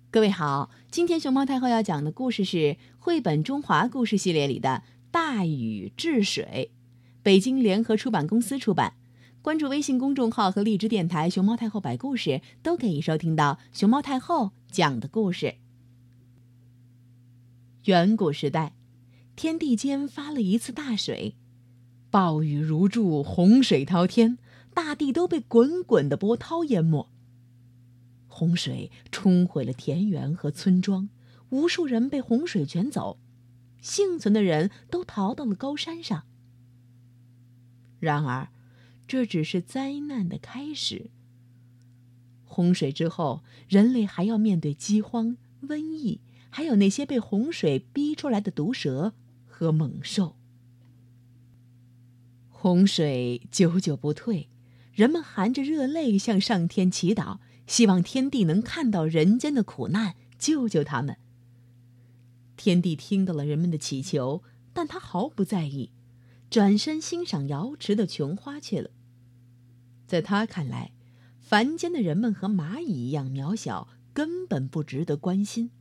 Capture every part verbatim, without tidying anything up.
各位好，今天熊猫太后要讲的故事是绘本中华故事系列里的《大禹治水》，北京联合出版公司出版。关注微信公众号和荔枝电台熊猫太后摆故事，都可以收听到熊猫太后讲的故事。远古时代，天地间发了一次大水，暴雨如注，洪水滔天，大地都被滚滚的波涛淹没。洪水冲毁了田园和村庄，无数人被洪水卷走，幸存的人都逃到了高山上。然而，这只是灾难的开始。洪水之后，人类还要面对饥荒、瘟疫，还有那些被洪水逼出来的毒蛇和猛兽。洪水久久不退，人们含着热泪向上天祈祷，希望天帝能看到人间的苦难，救救他们。天帝听到了人们的祈求，但他毫不在意，转身欣赏瑶池的琼花去了。在他看来，凡间的人们和蚂蚁一样渺小，根本不值得关心。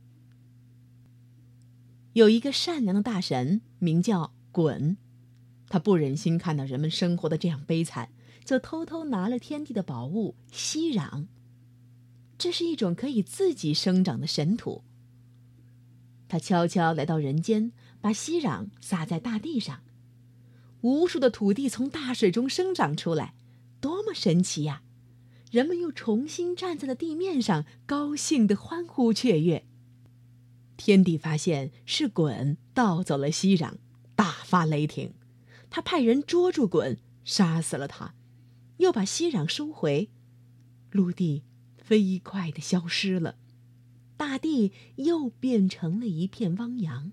有一个善良的大神，名叫鲧，他不忍心看到人们生活的这样悲惨，就偷偷拿了天帝的宝物息壤。这是一种可以自己生长的神土。他悄悄来到人间，把息壤撒在大地上，无数的土地从大水中生长出来，多么神奇呀！人们又重新站在了地面上，高兴地欢呼雀跃。天帝发现是鲧盗走了息壤，大发雷霆，他派人捉住鲧，杀死了他，又把息壤收回，陆地飞快地消失了，大地又变成了一片汪洋。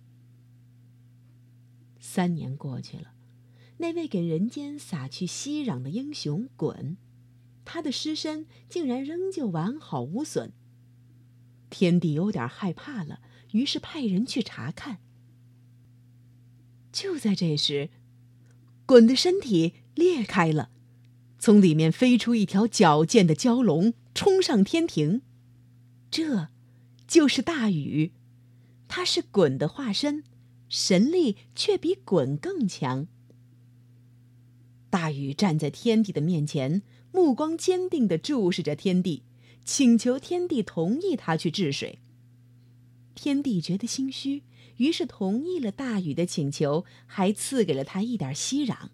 三年过去了，那位给人间撒去息壤的英雄鲧，他的尸身竟然仍旧完好无损。天帝有点害怕了，于是派人去查看。就在这时，鲧的身体裂开了，从里面飞出一条矫健的蛟龙，冲上天庭。这就是大禹，他是鲧的化身，神力却比鲧更强。大禹站在天帝的面前，目光坚定地注视着天帝，请求天帝同意他去治水。天帝觉得心虚，于是同意了大禹的请求，还赐给了他一点息壤。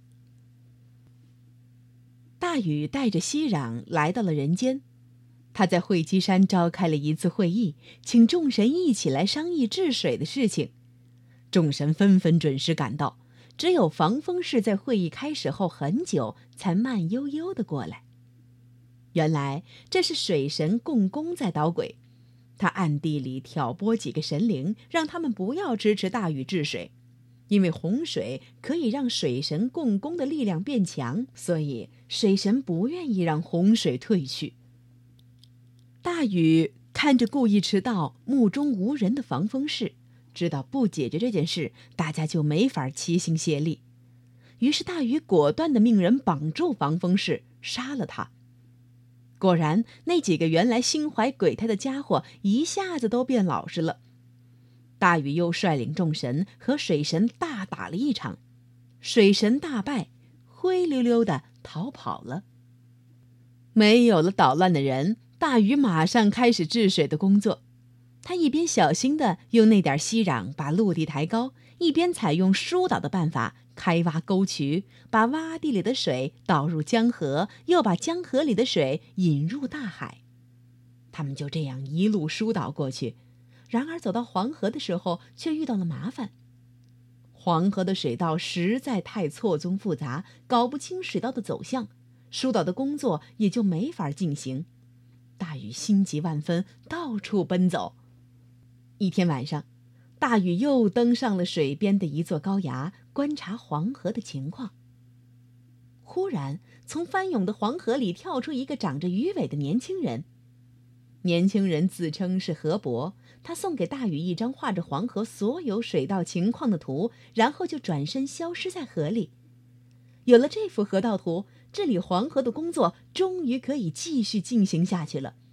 大禹带着息壤来到了人间，他在会稽山召开了一次会议，请众神一起来商议治水的事情。众神纷纷准时赶到，只有防风氏在会议开始后很久才慢悠悠地过来。原来这是水神共工在捣鬼，他暗地里挑拨几个神灵，让他们不要支持大禹治水。因为洪水可以让水神共工的力量变强，所以水神不愿意让洪水退去。大禹看着故意迟到、目中无人的防风氏，知道不解决这件事，大家就没法齐心协力。于是大禹果断地命人绑住防风氏，杀了他。果然，那几个原来心怀鬼胎的家伙一下子都变老实了。大禹又率领众神和水神大打了一场，水神大败，灰溜溜地逃跑了。没有了捣乱的人，大禹马上开始治水的工作。他一边小心地用那点息壤把陆地抬高，一边采用疏导的办法开挖沟渠，把洼地里的水导入江河，又把江河里的水引入大海。他们就这样一路疏导过去。然而走到黄河的时候，却遇到了麻烦。黄河的水道实在太错综复杂，搞不清水道的走向，疏导的工作也就没法进行。大禹心急万分，到处奔走。一天晚上，大禹又登上了水边的一座高崖，观察黄河的情况。忽然，从翻涌的黄河里跳出一个长着鱼尾的年轻人。年轻人自称是河伯，他送给大禹一张画着黄河所有水道情况的图，然后就转身消失在河里。有了这幅河道图，治理黄河的工作终于可以继续进行下去了。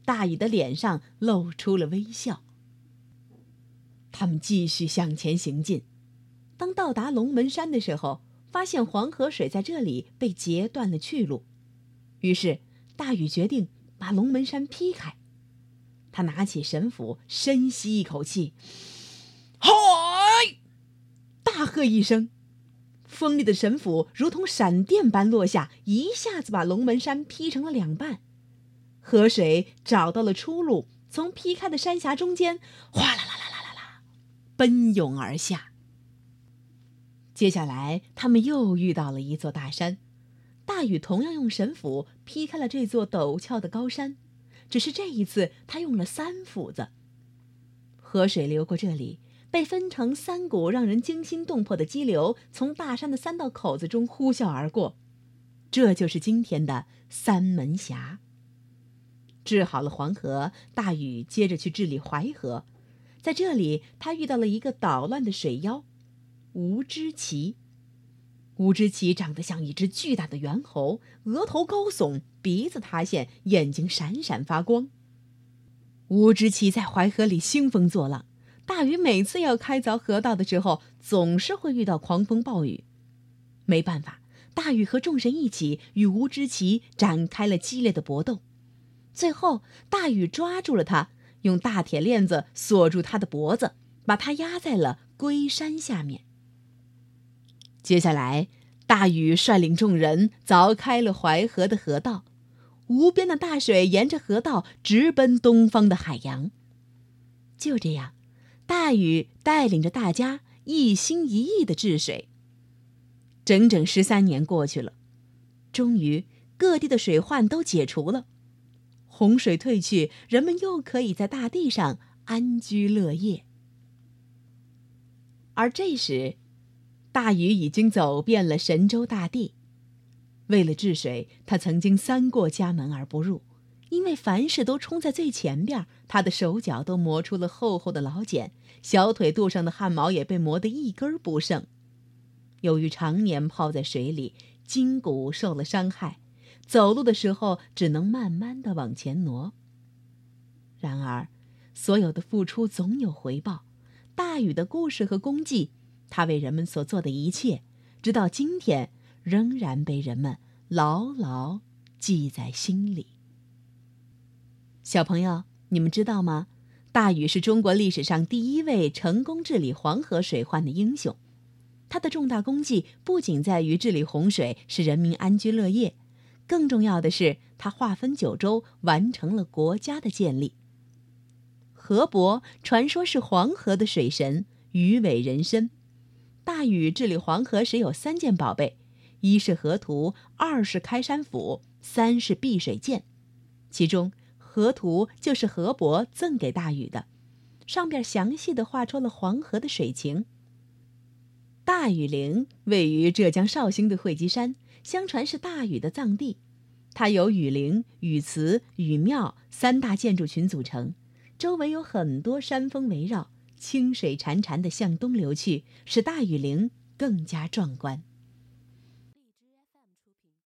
大禹的脸上露出了微笑。他们继续向前行进，当到达龙门山的时候，发现黄河水在这里被截断了去路，于是大禹决定把龙门山劈开。他拿起神斧，深吸一口气，嗨！大喝一声，锋利的神斧如同闪电般落下，一下子把龙门山劈成了两半。河水找到了出路，从劈开的山峡中间，哗啦啦啦啦啦啦，奔涌而下。接下来，他们又遇到了一座大山，大禹同样用神斧劈开了这座陡峭的高山，只是这一次他用了三斧子。河水流过这里，被分成三股让人惊心动魄的激流，从大山的三道口子中呼啸而过，这就是今天的三门峡。治好了黄河，大禹接着去治理淮河。在这里，他遇到了一个捣乱的水妖吴知奇。吴知奇长得像一只巨大的猿猴，额头高耸，鼻子塌陷，眼睛闪闪发光。吴知奇在淮河里兴风作浪，大禹每次要开凿河道的时候，总是会遇到狂风暴雨。没办法，大禹和众神一起与吴知奇展开了激烈的搏斗。最后，大禹抓住了他，用大铁链子锁住他的脖子，把他压在了龟山下面。接下来，大禹率领众人凿开了淮河的河道，无边的大水沿着河道直奔东方的海洋。就这样，大禹带领着大家一心一意地治水。整整十三年过去了，终于各地的水患都解除了，洪水退去，人们又可以在大地上安居乐业。而这时，大禹已经走遍了神州大地。为了治水，他曾经三过家门而不入，因为凡事都冲在最前边，他的手脚都磨出了厚厚的老茧，小腿肚上的汗毛也被磨得一根不剩。由于常年泡在水里，筋骨受了伤害，走路的时候只能慢慢地往前挪。然而，所有的付出总有回报。大禹的故事和功绩，他为人们所做的一切，直到今天仍然被人们牢牢记在心里。小朋友，你们知道吗？大禹是中国历史上第一位成功治理黄河水患的英雄。他的重大功绩不仅在于治理洪水，使人民安居乐业，更重要的是，他划分九州，完成了国家的建立。河伯传说是黄河的水神，鱼尾人身。大禹治理黄河时有三件宝贝，一是河图，二是开山斧，三是碧水剑。其中河图就是河伯赠给大禹的，上边详细地画出了黄河的水情。大禹陵位于浙江绍兴的会稽山，相传是大禹的葬地。它由禹陵、禹祠、禹庙三大建筑群组成，周围有很多山峰围绕，清水潺潺地向东流去，使大禹陵更加壮观。